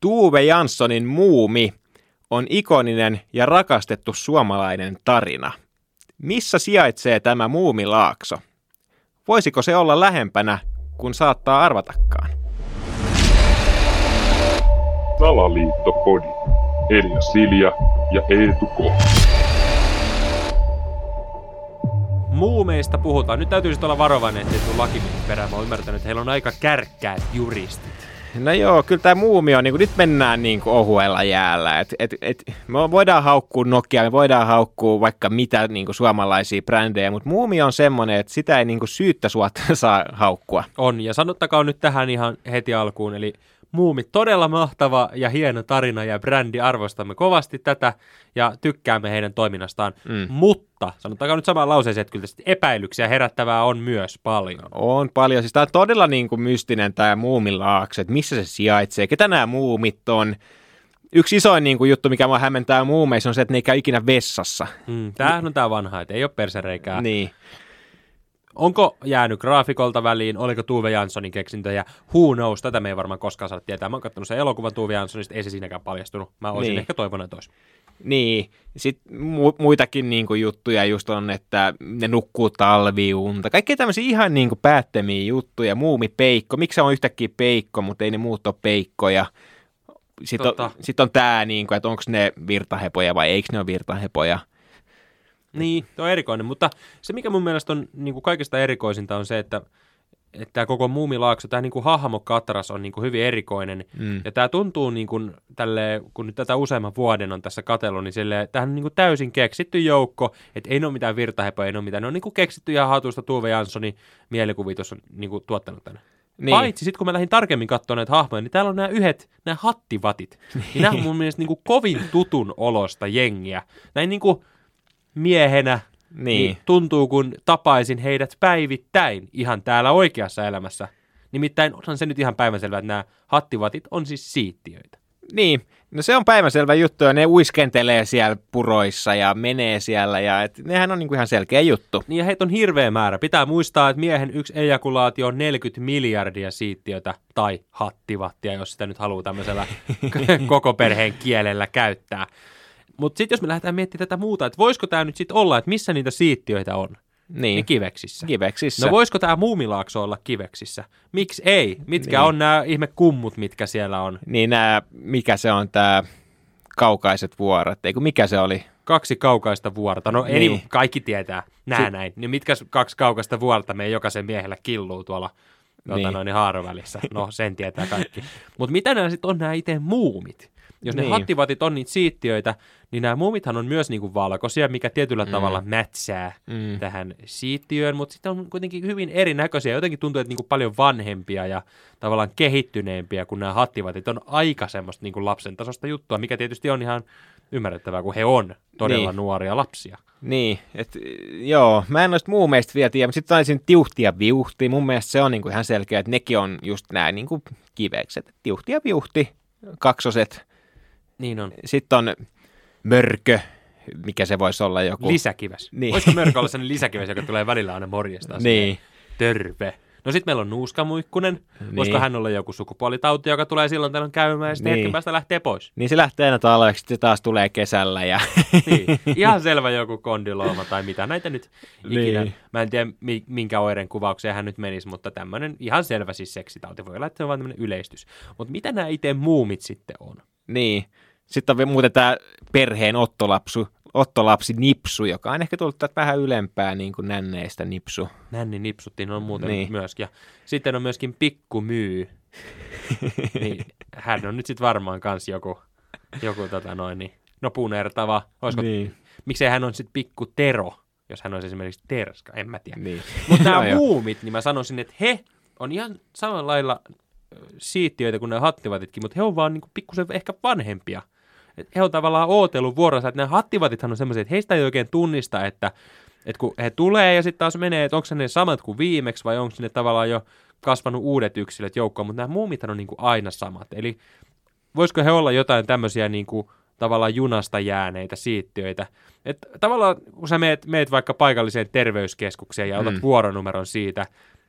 Tove Janssonin Muumi on ikoninen ja rakastettu suomalainen tarina. Missä sijaitsee tämä Muumilaakso? Voisiko se olla lähempänä, kun saattaa arvatakaan? Salaliittopodi. Elia Silja ja Eetu K. Muumeista puhutaan. Nyt täytyy olla varovainen, ettei tule lakimiehen perään. Mä oon ymmärtänyt, että heillä on aika kärkkäät juristit. No joo, kyllä tämä Muumi on, nyt mennään ohuella jäällä. Me voidaan haukkua Nokia, me voidaan haukkua vaikka mitä suomalaisia brändejä, mutta Muumi on semmoinen, että sitä ei syyttä suotta saa haukkua. On, ja sanottakaa nyt tähän ihan heti alkuun, eli Muumi, todella mahtava ja hieno tarina ja brändi, arvostamme kovasti tätä ja tykkäämme heidän toiminnastaan, mutta sanottakaa nyt samaan lauseeseen, että kyllä epäilyksiä herättävää on myös paljon. On paljon, siis tämä on todella tämmöinen tämä Muumilaakso, että missä se sijaitsee, ketä nämä muumit on. Yksi isoin juttu, mikä mua hämmentää muumeissa, on se, että ne ei käy ikinä vessassa. Tämähän on tämä vanha, että ei ole persereikää. Niin. Onko jäänyt graafikolta väliin, oliko Tove Janssonin keksintöjä, who knows, tätä me ei varmaan koskaan saada tietää. Mä oon katsonut sen elokuvan Tove Janssonista, ei se siinäkään paljastunut. Mä olisin ehkä toivonut tois. Niin, sitten muitakin juttuja just on, että ne nukkuu talviunta. Kaikki tämmöisiä ihan päättömiä juttuja, muumipeikko, miksi se on yhtäkkiä peikko, mutta ei ne muut ole peikkoja. Sitten on tämä, että onko ne virtahepoja vai eikö ne ole virtahepoja. Niin, tuo on erikoinen, mutta se mikä mun mielestä on kaikista erikoisinta on se, että tämä koko Muumilaakso, tämä hahmokatras on hyvin erikoinen. Ja tämä tuntuu tälleen, kun nyt tätä useamman vuoden on tässä katsellut, niin tämähän on täysin keksitty joukko, että ei ole mitään virtahepoja, ei ole mitään. Ne on keksitty ihan hatusta, Tove Janssonin mielikuvitus on tuottanut tänne. Niin. Paitsi sitten kun mä lähdin tarkemmin katsomaan näitä hahmoja, niin täällä on nämä hattivatit. Niin nämä on mun mielestä kovin tutun olosta jengiä. Näin miehenä niin tuntuu, kun tapaisin heidät päivittäin ihan täällä oikeassa elämässä. Nimittäin onhan se nyt ihan päivänselvää, että nämä hattivatit on siis siittiöitä. Niin, no se on päivänselvä juttu ja ne uiskentelee siellä puroissa ja menee siellä ja nehän on ihan selkeä juttu. Niin ja heitä on hirveä määrä. Pitää muistaa, että miehen yksi ejakulaatio on 40 miljardia siittiöitä tai hattivattia, jos sitä nyt haluaa tämmöisellä koko perheen kielellä käyttää. Mutta sitten jos me lähdetään miettimään tätä muuta, että voisiko tämä nyt sitten olla, että missä niitä siittiöitä on? Niin. Kiveksissä. Kiveksissä. No voisiko tämä Muumilaakso olla Kiveksissä? Miksi ei? Mitkä on nämä ihme kummut, mitkä siellä on? Niin mikä se on tämä kaukaiset vuoret, eikö mikä se oli? 2 kaukaista vuorta. No niin. Kaikki tietää. Näin. Niin mitkä 2 kaukaista vuorta meidän jokaisen miehellä killuu tuolla haarovälissä? No sen tietää kaikki. Mutta mitä nämä sitten on nämä itse muumit? Jos ne hattivatit on niitä siittiöitä, niin nämä muumithan on myös valkoisia, mikä tietyllä tavalla mätsää tähän siittiöön, mutta sitten on kuitenkin hyvin erinäköisiä. Jotenkin tuntuu, että paljon vanhempia ja tavallaan kehittyneempiä, kun nämä hattivatit on aika semmoista lapsen tasosta juttua, mikä tietysti on ihan ymmärrettävää, kun he on todella nuoria lapsia. Niin, joo, mä en noista muumeista vielä tiedä, mutta sitten on esimerkiksi Tiuhti ja Viuhti. Mun mielestä se on ihan selkeä, että nekin on just nämä kivekset. Tiuhti ja Viuhti, kaksoset. Niin on. Sitten on Mörkö, mikä se voisi olla joku. Lisäkives. Niin. Voisiko Mörkö olla sellainen lisäkives, joka tulee välillä aina morjestaan? Niin. Terve. No sitten meillä on Nuuskamuikkunen. Niin. Voisiko hän olla joku sukupuolitauti, joka tulee silloin tällöin käymään ja sitten hetken päästä lähtee pois? Niin se lähtee aina talveksi, sitten taas tulee kesällä. Ja niin. Ihan selvä joku kondylooma tai mitä näitä nyt ikinä. Mä en tiedä minkä oireen kuvaukseen hän nyt menisi, mutta tämmöinen ihan selvä siis seksitauti. Voi olla, että se on vaan tämmöinen yleistys. Mutta mitä nämä itse muumit sitten on? Niin. Sitten on muuten tämä perheen ottolapsi Nipsu, joka on ehkä tullut vähän ylempää niin kuin nänneistä Nipsu. Nänni Nipsuttiin on muuten myöskin. Ja sitten on myöskin Pikkumyy. Niin, hän on nyt sitten varmaan kans joku punertava. Miksei hän on sitten Pikku Tero, jos hän olisi esimerkiksi Terska, en mä tiedä. Niin. Mutta nämä muumit, niin mä sanoisin, että he on ihan samalla lailla siittiöitä kuin nämä hattivatitkin, mutta he on vaan pikkusen ehkä vanhempia. He on tavallaan ootellut vuorossa, että nämä hattivatithan on semmoisia, että heistä ei oikein tunnista, että kun he tulee ja sitten taas menee, että onko ne samat kuin viimeksi vai onko ne tavallaan jo kasvanut uudet yksilöt joukkoon, mutta nämä muumithan on aina samat. Eli voisiko he olla jotain tämmöisiä tavallaan junasta jääneitä siittiöitä. Että tavallaan kun sä meet vaikka paikalliseen terveyskeskukseen ja otat vuoronumeron siitä,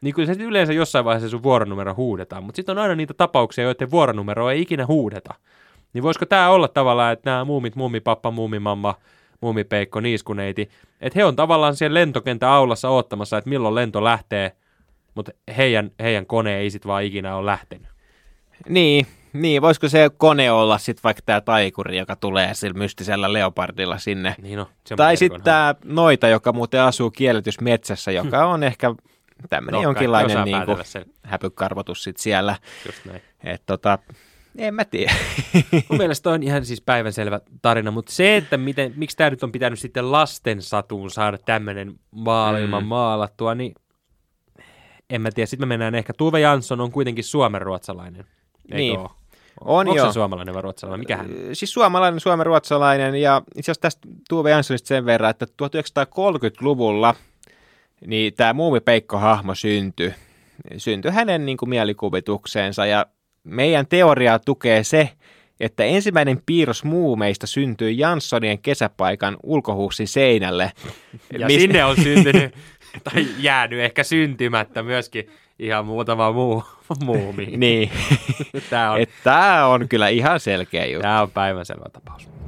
niin kyllä se yleensä jossain vaiheessa sun vuoronumero huudetaan, mutta sitten on aina niitä tapauksia, joiden vuoronumeroa ei ikinä huudeta. Niin voisiko tämä olla tavallaan, että nämä muumit, muumipappa, muumimamma, muumipeikko, niiskuneiti, että he on tavallaan siellä lentokentän aulassa oottamassa, että milloin lento lähtee, mutta heidän kone ei sitten vaan ikinä ole lähtenyt. Niin, voisiko se kone olla sitten vaikka tämä taikuri, joka tulee sillä mystisellä leopardilla sinne. Niin no, tai sitten tämä noita, joka muuten asuu kielletysmetsässä, joka on ehkä tämmöinen jonkinlainen niin kuin häpykarvotus sitten siellä. Just näin. En mä tiedä. Mun mielestä on ihan siis päivänselvä tarina, mutta se, että miksi tämä nyt on pitänyt sitten lasten satuun saada tämmöinen maailma maalattua, niin en mä tiedä. Sitten me mennään ehkä, Tove Jansson on kuitenkin suomenruotsalainen. Niin. Onko se suomalainen vai ruotsalainen? Mikähän? Siis suomalainen, suomenruotsalainen ja itse asiassa tästä Tove Janssonista sen verran, että 1930-luvulla niin tämä muumipeikko-hahmo syntyi hänen niin kuin mielikuvitukseensa ja meidän teoriaa tukee se, että ensimmäinen piirros muumeista syntyi Janssonien kesäpaikan ulkohuussin seinälle. Ja sinne on syntynyt, tai jäänyt ehkä syntymättä myöskin ihan muutama muu muumi. Niin, tämä on kyllä ihan selkeä juttu. Tämä on päivänselvä tapaus.